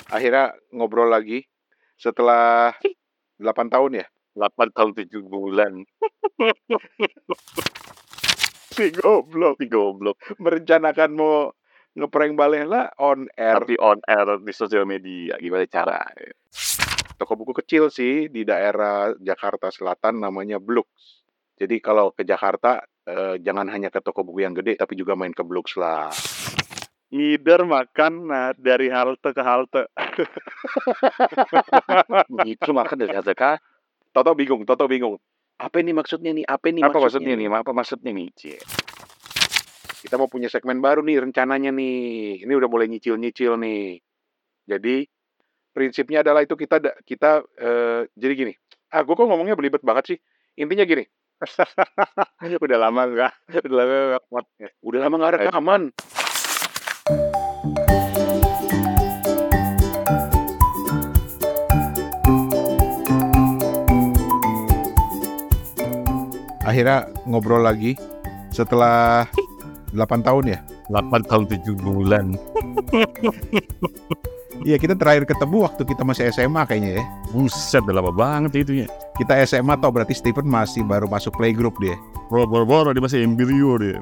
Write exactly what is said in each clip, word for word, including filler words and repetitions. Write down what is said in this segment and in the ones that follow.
Akhirnya ngobrol lagi setelah delapan tahun ya? delapan tahun tujuh bulan. Si goblok. Si goblok. Merencanakan mau nge-prank Balela on air. Tapi on air di sosial media, gimana cara? Toko buku kecil sih di daerah Jakarta Selatan namanya Blux. Jadi kalau ke Jakarta eh, jangan hanya ke toko buku yang gede tapi juga main ke Blux lah. Ngider makan nah, dari halte ke halte. Begitu makan dari halte ke Toto bingung, Toto bingung. apa ini maksudnya nih? Apa ini Apa maksudnya, maksudnya nih? Apa maksudnya nih? Cie. Kita mau punya segmen baru nih rencananya nih. Ini udah mulai nyicil-nyicil nih. Jadi prinsipnya adalah itu kita kita eh, jadi gini. Ah, gue kok ngomongnya belibet banget sih. Intinya gini. Udah lama enggak? Udah lama enggak kuat. Udah lama nggak rekaman. Akhirnya ngobrol lagi setelah delapan tahun ya? delapan tahun tujuh bulan. Iya, kita terakhir ketemu waktu kita masih S M A kayaknya ya. Buset, udah lama banget itu ya. Kita S M A tau, berarti Steven masih baru masuk playgroup dia. Boro-boro dia masih embrio dia.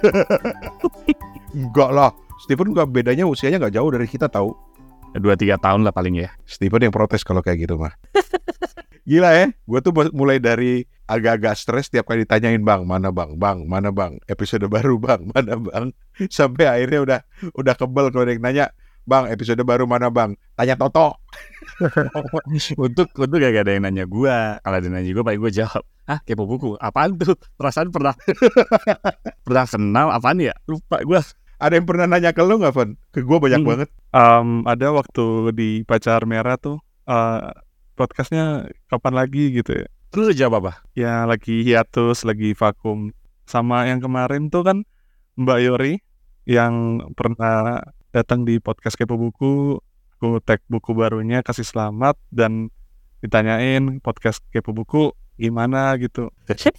Enggak lah, Steven gak bedanya usianya gak jauh dari kita tahu. dua tiga tahun lah paling ya. Steven yang protes kalau kayak gitu mah. Gila ya, gue tuh mulai dari agak-agak stres tiap kali ditanyain bang, mana bang, bang, mana bang, episode baru bang, mana bang, sampai akhirnya udah udah kebel kalau ada yang nanya, bang, episode baru mana bang, tanya Toto. untuk untuk gak ada yang nanya gue, kalau ada yang nanya gue, paling gue jawab, ah kepo buku, apaan tuh? Perasaan pernah pernah kenal apaan ya? Lupa gue. Ada yang pernah nanya ke lo nggak, Van? Ke gue banyak hmm. banget. Um, ada waktu di Pacar Merah tuh. Uh, podcastnya kapan lagi gitu ya. Terus jawab apa? Ya lagi hiatus, lagi vakum. Sama yang kemarin tuh kan Mbak Yori yang pernah datang di podcast Kepo Buku. Aku tag buku barunya, kasih selamat, dan ditanyain podcast Kepo Buku gimana gitu.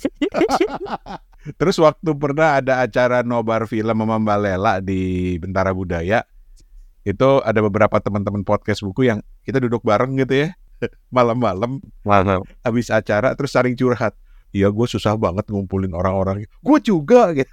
Terus waktu pernah ada acara nobar film sama Mbak Lela di Bentara Budaya, itu ada beberapa teman-teman podcast buku yang kita duduk bareng gitu ya. Malam-malam, malam habis acara terus saling curhat. Iya, gue susah banget ngumpulin orang-orang. Gue juga gitu.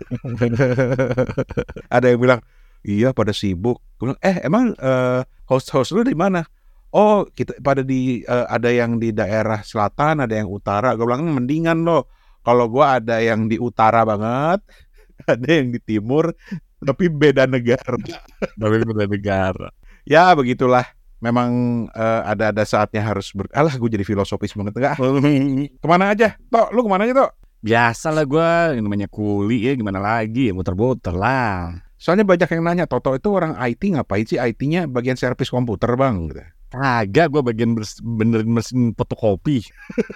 Ada yang bilang, iya pada sibuk. Gue bilang, eh emang uh, host-host lu di mana? Oh, kita pada di uh, ada yang di daerah selatan, ada yang utara. Gue bilang, mendingan lo. Kalau gue ada yang di utara banget, ada yang di timur, tapi beda negara. Tapi beda negara. Ya begitulah. Memang uh, ada-ada saatnya harus ber... Alah, gue jadi filosofis banget enggak? Kemana aja? Tok, lu kemana aja, Tok? Biasa lah gue, namanya kuli ya, gimana lagi ya, muter-muter lah. Soalnya banyak yang nanya, Toto itu orang I T ngapain sih? I T-nya bagian servis komputer, Bang. Kagak, gue bagian benerin mesin fotokopi.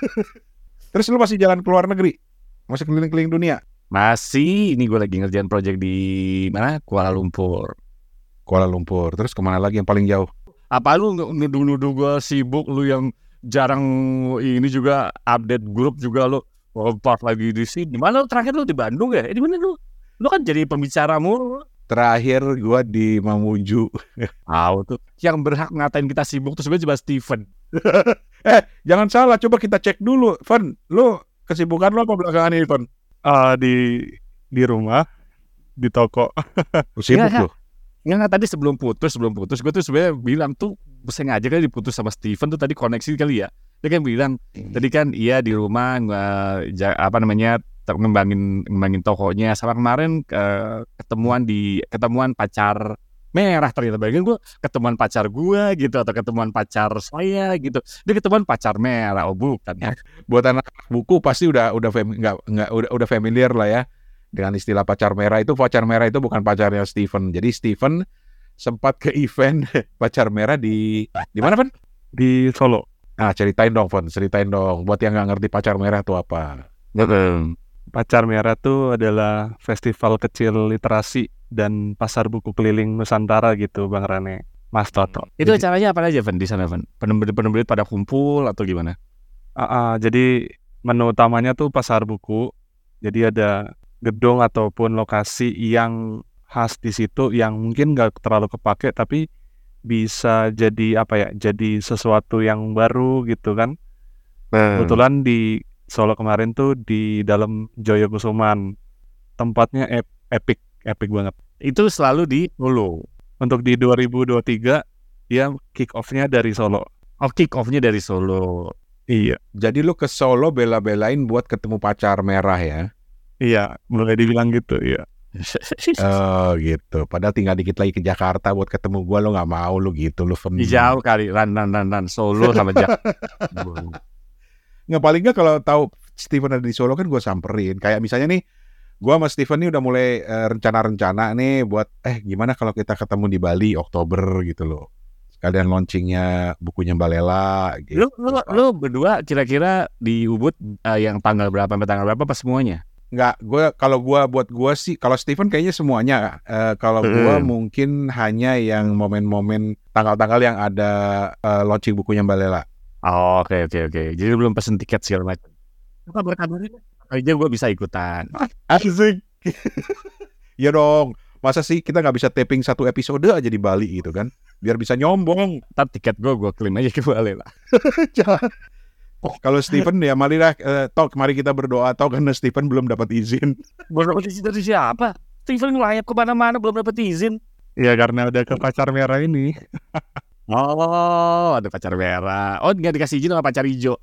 Terus lu masih jalan ke luar negeri? Masih keliling-keliling dunia? Masih, ini gue lagi ngerjain project di mana? Kuala Lumpur. Kuala Lumpur. Terus kemana lagi yang paling jauh? Apa lu nuduh-nuduh gue sibuk, lu yang jarang ini juga update grup juga lu. Part lagi di sini. Di mana lu terakhir lu di Bandung ya? Eh, di mana lu? Lu kan jadi pembicaramu. Terakhir gue di Mamuju. Tahu tuh. Yang berhak ngatain kita sibuk tuh sebenarnya cuma Steven. Eh, jangan salah, coba kita cek dulu. Van, lu kesibukan lu apa belakangan ini, Van? Uh, di di rumah, di toko. Sibuk ya, lu? Enggak, tadi sebelum putus, sebelum putus gue tuh sebenarnya bilang tuh sengaja kali diputus sama Steven tuh tadi koneksi kali ya. Dia kan bilang, hmm. tadi kan iya di rumah uh, ja, apa namanya ngembangin ngembangin tokonya. Sama kemarin uh, ketemuan di ketemuan pacar merah ternyata. Bayangin gue ketemuan pacar gue gitu atau ketemuan pacar saya gitu. Dia ketemuan pacar merah, oh bukan ya. Buat anak buku pasti udah udah fam, enggak, enggak udah udah familiar lah ya dengan istilah pacar merah. Itu pacar merah itu bukan pacarnya Steven. Jadi Steven sempat ke event pacar merah di di mana, Van? Di Solo. Nah, ceritain dong, Van, ceritain dong buat yang nggak ngerti pacar merah itu apa. Betul. Pacar Merah itu adalah festival kecil literasi dan pasar buku keliling Nusantara gitu, Bang Rane, Mas Toto. Itu acaranya apa aja, Van, di sana, Van? Penerbit-penerbit pada kumpul atau gimana? Uh, uh, jadi menu utamanya tuh pasar buku. Jadi ada gedung ataupun lokasi yang khas di situ yang mungkin nggak terlalu kepake, tapi bisa jadi apa ya, jadi sesuatu yang baru gitu kan. Nah, Kebetulan di Solo kemarin tuh di dalam Joyokusuman, tempatnya ep- epic, epic banget. Itu selalu di Solo. Untuk di dua ribu dua puluh tiga dia kick off-nya dari Solo. Oh, kick off-nya dari Solo. Iya, jadi lu ke Solo bela-belain buat ketemu pacar merah ya? iya, boleh dibilang gitu, iya. Oh gitu. Padahal tinggal dikit lagi ke Jakarta buat ketemu gua, lo nggak mau lu gitu lu. Di jauh kali, ran ran ran ran Solo sama Jakarta. Nggak, paling nggak kalau tahu Steven ada di Solo kan gue samperin. Kayak misalnya nih, gue sama Steven nih udah mulai uh, rencana-rencana nih buat eh gimana kalau kita ketemu di Bali Oktober gitu loh. Sekalian launchingnya bukunya Mbak Lela. Gitu. Lu, lu, lu berdua kira-kira di Ubud uh, yang tanggal berapa sampai tanggal berapa pas semuanya? Nggak, gue kalau gue buat gue sih, kalau Steven kayaknya semuanya. Uh, kalau gue Hmm. mungkin hanya yang momen-momen tanggal-tanggal yang ada uh, launching bukunya Mbak Lela. Oh, oke oke oke. Jadi belum pesen tiket segala macam. Kabar-kabarin aja gue bisa ikutan. Asik. Ya dong. Masa sih kita nggak bisa taping satu episode aja di Bali gitu kan? Biar bisa nyombong. Ntar tiket gue gue klaim aja ke Bali lah. Jangan. Kalau Steven ya mari lah, eh, tok mari kita berdoa, tok karena Steven belum dapat izin. Belum dapat izin dari siapa? Steven ngelayap kemana-mana belum dapat izin. Iya, karena udah ke pacar merah ini. Oh, ada pacar merah. Oh, nggak dikasih izin sama pacar hijau.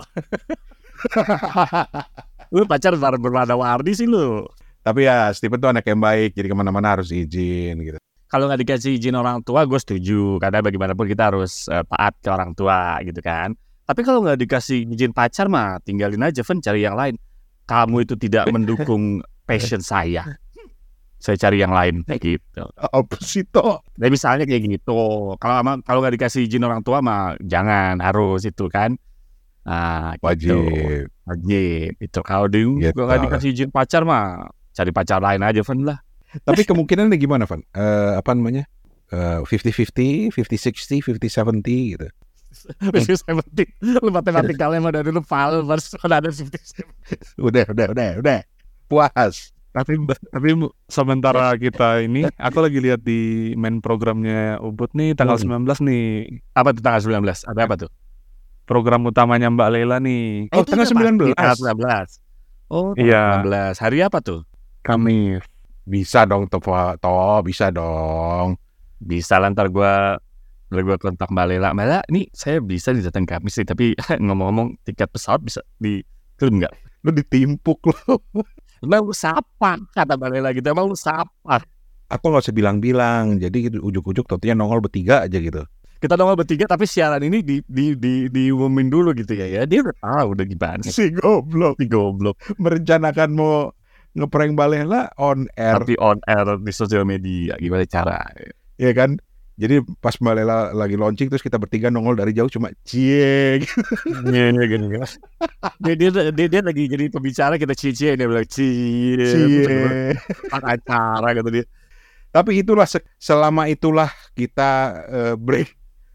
Lu pacar bar- berwarna-warni sih lu. Tapi ya Steven tuh anak yang baik, jadi kemana-mana harus izin gitu. Kalau nggak dikasih izin orang tua, gue setuju. Karena bagaimanapun kita harus uh, taat ke orang tua gitu kan. Tapi kalau nggak dikasih izin pacar mah, tinggalin aja, Fen, cari yang lain. Kamu itu tidak mendukung passion saya. Saya cari yang lain kayak gitu. Apa sih toh? Nah, misalnya kayak gitu. Kalau ama- kalau nggak dikasih izin orang tua mah jangan, harus itu kan. Nah, gitu. Wajib. Wajib. Itu kalau di Gitu. nggak dikasih izin pacar mah cari pacar lain aja, Van lah. Tapi kemungkinannya gimana, Van? Eh, apa namanya? Eh, fifty fifty, fifty sixty, fifty seventy gitu. Fifty seventy. Lu matematikalnya mah dari lu fal harus ada fifty seventy. Udah, udah, udah, udah. Puas. Tapi tapi sementara kita ini, aku lagi lihat di main programnya Ubud nih tanggal Hmm. sembilan belas nih. Apa tuh tanggal sembilan belas? Ada apa tuh? Program utamanya Mbak Lela nih. Oh, tanggal sembilan belas. Tanggal sembilan belas. Oh, tanggal Iya. sembilan belas. Hari apa tuh? Kamis. Bisa dong, toh, toh bisa dong. Bisa lah, ntar gue Lalu gue kontak Mbak Lela. Mbak Lela, ini saya bisa nih datang Kamis nih, tapi ngomong-ngomong tiket pesawat bisa diklaim nggak? Lu ditimpuk lo. Emang lu siapa? Kata Mbak Lela gitu, emang lu siapa? Aku nggak usah bilang-bilang. Jadi gitu, ujuk-ujuk totonya nongol bertiga aja gitu. Kita nongol bertiga, tapi siaran ini di di di diumumin dulu gitu ya. Ya dia udah tahu udah gimana sih. Si goblok. Si goblok. Merencanakan mau ngeprank Mbak Lela on air. Tapi on air di sosial media, gimana cara? Ya kan? Jadi pas Mbak Lela lagi launching terus kita bertiga nongol dari jauh cuma cie. Iya, iya, gini, gini. Dia, dia, dia, dia lagi jadi pembicara, kita cie-cie, dia bilang cie. Cie. Acara gitu dia. Tapi itulah se- selama itulah kita uh, break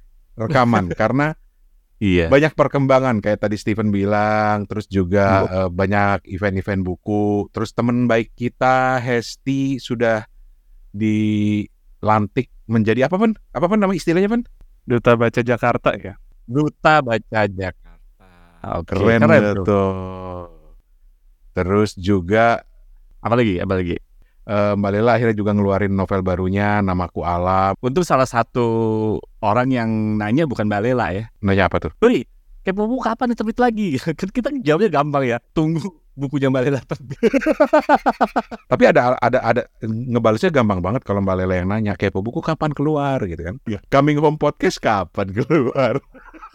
rekaman karena Iya. banyak perkembangan kayak tadi Steven bilang, terus juga uh, banyak event-event buku, terus teman baik kita Hesti sudah dilantik menjadi apa pun? Apa pun nama istilahnya pun? Duta Baca Jakarta ya. Duta Baca Jakarta. Oke, Keren, keren gitu. tuh. Terus juga Apa lagi? Apa lagi? uh, Mbak Lela akhirnya juga ngeluarin novel barunya Namaku Alam. Untuk salah satu orang yang nanya bukan Mbak Lela ya. Nanya apa tuh? Wih, kepo buku kapan terbit lagi? Kita jawabnya gampang ya. Tunggu bukunya Mbak Lela terbit. Tapi ada ada ada ngebalesnya gampang banget kalau Mbak Lela yang nanya kepo buku kapan keluar gitu kan? Ya, Coming Home Podcast kapan keluar?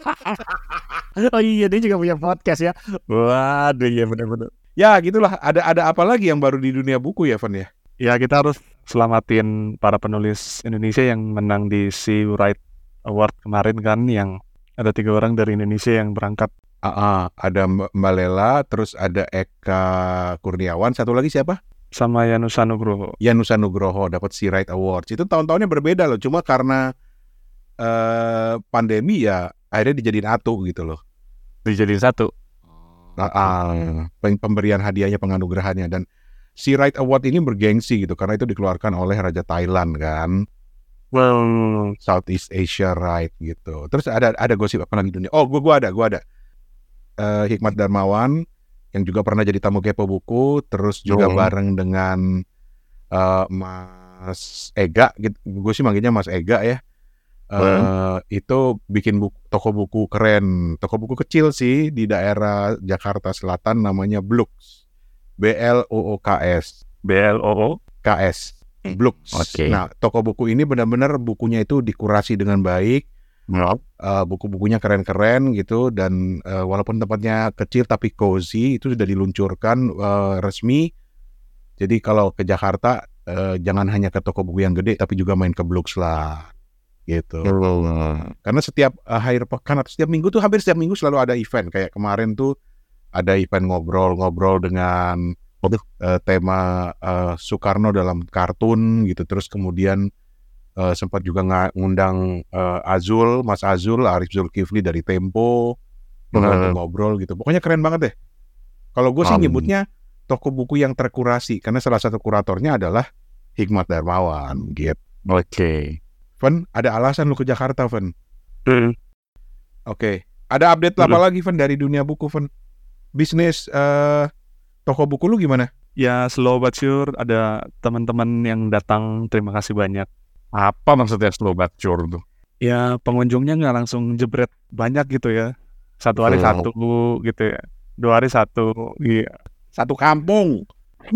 Oh iya, dia juga punya podcast ya. Waduh, iya benar-benar. Ya gitulah. Ada ada apa lagi yang baru di dunia buku ya, Van ya? Ya kita harus selamatin para penulis Indonesia yang menang di Sea Write Award kemarin kan, yang ada tiga orang dari Indonesia yang berangkat. Ah, ah, ada Mb- Mbak Lela, terus ada Eka Kurniawan, satu lagi siapa? Sama Yanusa Nugroho. Yanusa Nugroho dapat Sea Write Awards. Itu tahun-tahunnya berbeda loh, cuma karena eh, pandemi ya akhirnya dijadiin atu gitu loh. Dijadiin satu. Ah, ah, pem- pemberian hadiahnya, penganugerahannya, dan Sea Write Award ini bergengsi gitu karena itu dikeluarkan oleh Raja Thailand kan. Wow. Southeast Asia Right gitu. Terus ada ada gosip apa lagi dunia? Oh, gua gua ada, gua ada. Uh, Hikmat Darmawan yang juga pernah jadi tamu Kepo Buku, terus juga Oh. bareng dengan uh, Mas Ega, gitu. Gue sih manggilnya Mas Ega ya. Uh, itu bikin buku, toko buku keren, toko buku kecil sih di daerah Jakarta Selatan, namanya Blux, B L O O K S, B L O O K S, Blux. Oke. Nah, toko buku ini benar-benar bukunya itu dikurasi dengan baik, Yap. uh, buku-bukunya keren-keren gitu, dan uh, walaupun tempatnya kecil tapi cozy, itu sudah diluncurkan uh, resmi. Jadi kalau ke Jakarta uh, jangan hanya ke toko buku yang gede, tapi juga main ke Blux lah. Gitu. Karena setiap uh, akhir pekan atau setiap minggu tuh hampir setiap minggu selalu ada event. Kayak kemarin tuh ada event ngobrol-ngobrol dengan uh, tema uh, Soekarno dalam kartun gitu. Terus kemudian uh, sempat juga ngundang uh, Azul, Mas Azul, Arif Zulkifli dari Tempo, untuk ngobrol gitu. Pokoknya keren banget deh. Kalau gue sih Um. nyebutnya toko buku yang terkurasi, karena salah satu kuratornya adalah Hikmat Darmawan gitu. Oke. Okay. Fen, ada alasan lu ke Jakarta, Fen? Hmm. Oke. Okay. Ada update apa Hmm. lagi, Fen, dari dunia buku, Fen? Bisnis uh, toko buku lu gimana? Ya slow but sure, ada teman-teman yang datang, terima kasih banyak. Apa maksudnya slow but sure tuh? Ya pengunjungnya nggak langsung jebret banyak gitu ya. Satu hari Betul. satu gitu ya. Dua hari satu. Iya. Satu kampung.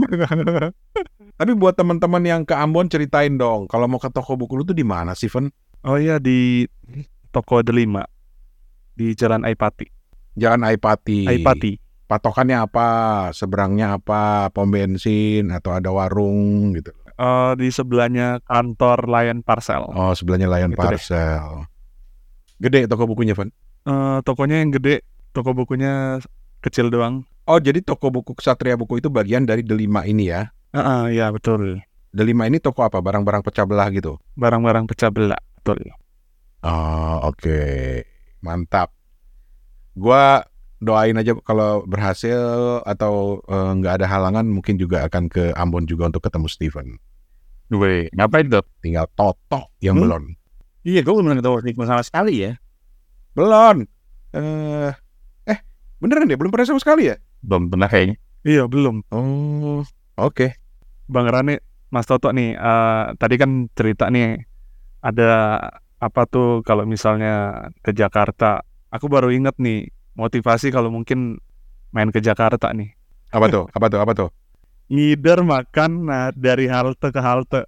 Tapi buat teman-teman yang ke Ambon, ceritain dong, kalau mau ke toko buku lu tuh di mana sih, Fen? Oh iya, di toko Delima di Jalan Aipati. Jalan Aipati. Aipati. Patokannya apa? Seberangnya apa? Pom bensin atau ada warung gitu? Uh, di sebelahnya kantor Lion Parcel. Oh, sebelahnya Lion Itu deh. Parcel. Gede toko bukunya, Fen? Uh, tokonya yang gede, toko bukunya kecil doang. Oh, jadi toko buku Ksatria Buku itu bagian dari Delima ini ya? Ah, uh, ya betul. Delima ini toko apa? Barang-barang pecah belah gitu? Barang-barang pecah belah, betul. Oh, oke. Okay. Mantap. Gua doain aja kalau berhasil atau nggak uh, ada halangan, mungkin juga akan ke Ambon juga untuk ketemu Steven. Weh, ngapain tuh? Tinggal Toto yang Hmm? belum. Iya, gue belum ketemu Hikmat sama sekali ya. Belum. Uh, eh, beneran deh? Belum pernah sama sekali ya? Belum pernah kayaknya. Iya, belum. Oh, oke. Okay. Bang Rani, Mas Toto nih, uh, tadi kan cerita nih, ada apa tuh kalau misalnya ke Jakarta. Aku baru inget nih, motivasi kalau mungkin main ke Jakarta nih. Apa tuh? Apa tuh? Apa tuh? Ngider makan nah, dari halte ke halte.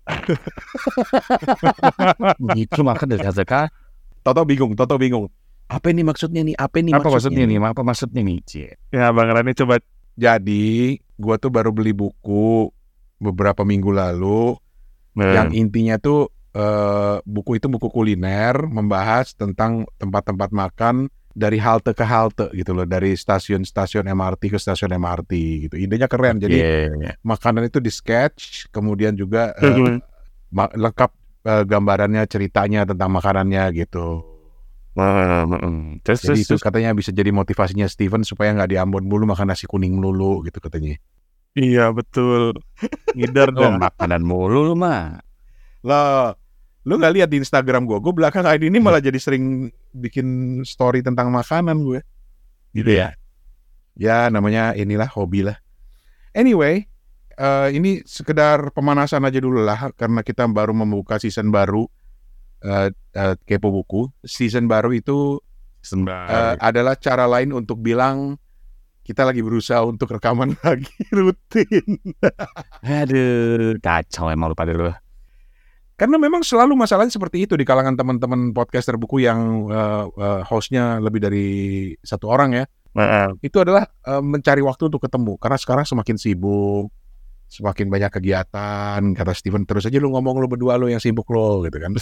Gitu makan dari K Z K. Toto bingung, Toto bingung. Apa ini maksudnya nih? Apa ini Apa maksudnya, maksudnya nih? Apa maksudnya nih? Cie. Ya Bang Rani coba. Jadi, gua tuh baru beli buku beberapa minggu lalu. Hmm. Yang intinya tuh uh, buku itu buku kuliner, membahas tentang tempat-tempat makan dari halte ke halte gitu loh, dari stasiun-stasiun M R T ke stasiun M R T gitu. Idenya keren. Jadi Yeah. makanan itu di sketch, kemudian juga uh, ma- lengkap uh, gambarannya, ceritanya tentang makanannya gitu. Terus, Jadi terus, itu terus. katanya bisa jadi motivasinya Steven supaya nggak di Ambon mulu makan nasi kuning melulu gitu katanya. Iya betul. Ngider Oh, dah. makanan mulu lu mah. Lah, lu nggak lihat di Instagram gue? Gue belakangan ini malah jadi sering bikin story tentang makanan gue. Gitu ya. Ya namanya inilah hobi lah. Anyway, uh, ini sekedar pemanasan aja dulu lah, karena kita baru membuka season baru uh, uh, Kepo Buku. Season baru itu uh, adalah cara lain untuk bilang kita lagi berusaha untuk rekaman lagi rutin. Aduh, kacau emang lu pada lu. Karena memang selalu masalahnya seperti itu di kalangan teman-teman podcaster buku yang uh, uh, hostnya lebih dari satu orang ya. Uh, Itu adalah uh, mencari waktu untuk ketemu. Karena sekarang semakin sibuk, semakin banyak kegiatan. Kata Steven, terus aja lu ngomong lu berdua lu yang sibuk lo gitu kan.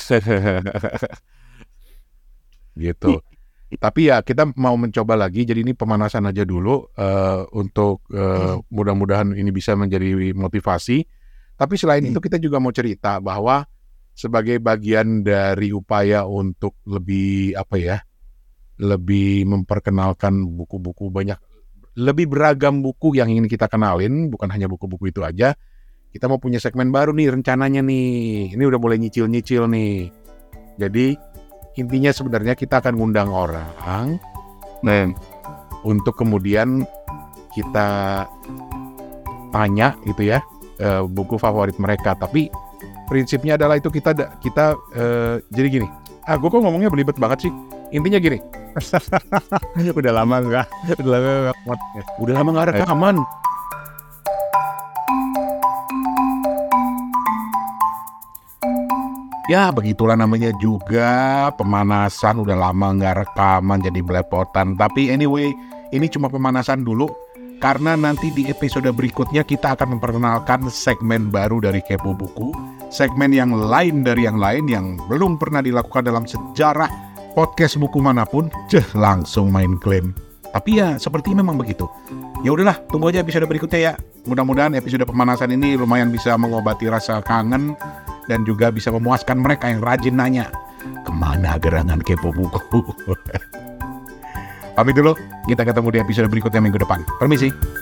Gitu. Tapi ya kita mau mencoba lagi. Jadi ini pemanasan aja dulu uh, untuk uh, mudah-mudahan ini bisa menjadi motivasi. Tapi selain itu kita juga mau cerita bahwa sebagai bagian dari upaya untuk lebih apa ya, lebih memperkenalkan buku-buku banyak, lebih beragam buku yang ingin kita kenalin, bukan hanya buku-buku itu aja. kita mau punya segmen baru nih rencananya nih. Ini udah mulai nyicil-nyicil nih. Jadi intinya sebenarnya kita akan ngundang orang Men. untuk kemudian kita tanya gitu ya uh, buku favorit mereka. Tapi prinsipnya adalah itu kita kita uh, jadi gini. Ah, gue kok ngomongnya belibet banget sih. Intinya gini. Udah lama enggak? Udah lama enggak? Udah lama nggak rekaman. Ya begitulah namanya juga pemanasan, udah lama nggak rekaman jadi belepotan. Tapi anyway, ini cuma pemanasan dulu. Karena nanti di episode berikutnya kita akan memperkenalkan segmen baru dari Kepo Buku. Segmen yang lain dari yang lain yang belum pernah dilakukan dalam sejarah podcast buku manapun. Ceh, langsung main klaim. Tapi ya seperti memang begitu. Ya udahlah, tunggu aja episode berikutnya ya. Mudah-mudahan episode pemanasan ini lumayan bisa mengobati rasa kangen dan juga bisa memuaskan mereka yang rajin nanya, kemana gerangan Kepo Buku? Pamit dulu, kita ketemu di episode berikutnya minggu depan. Permisi.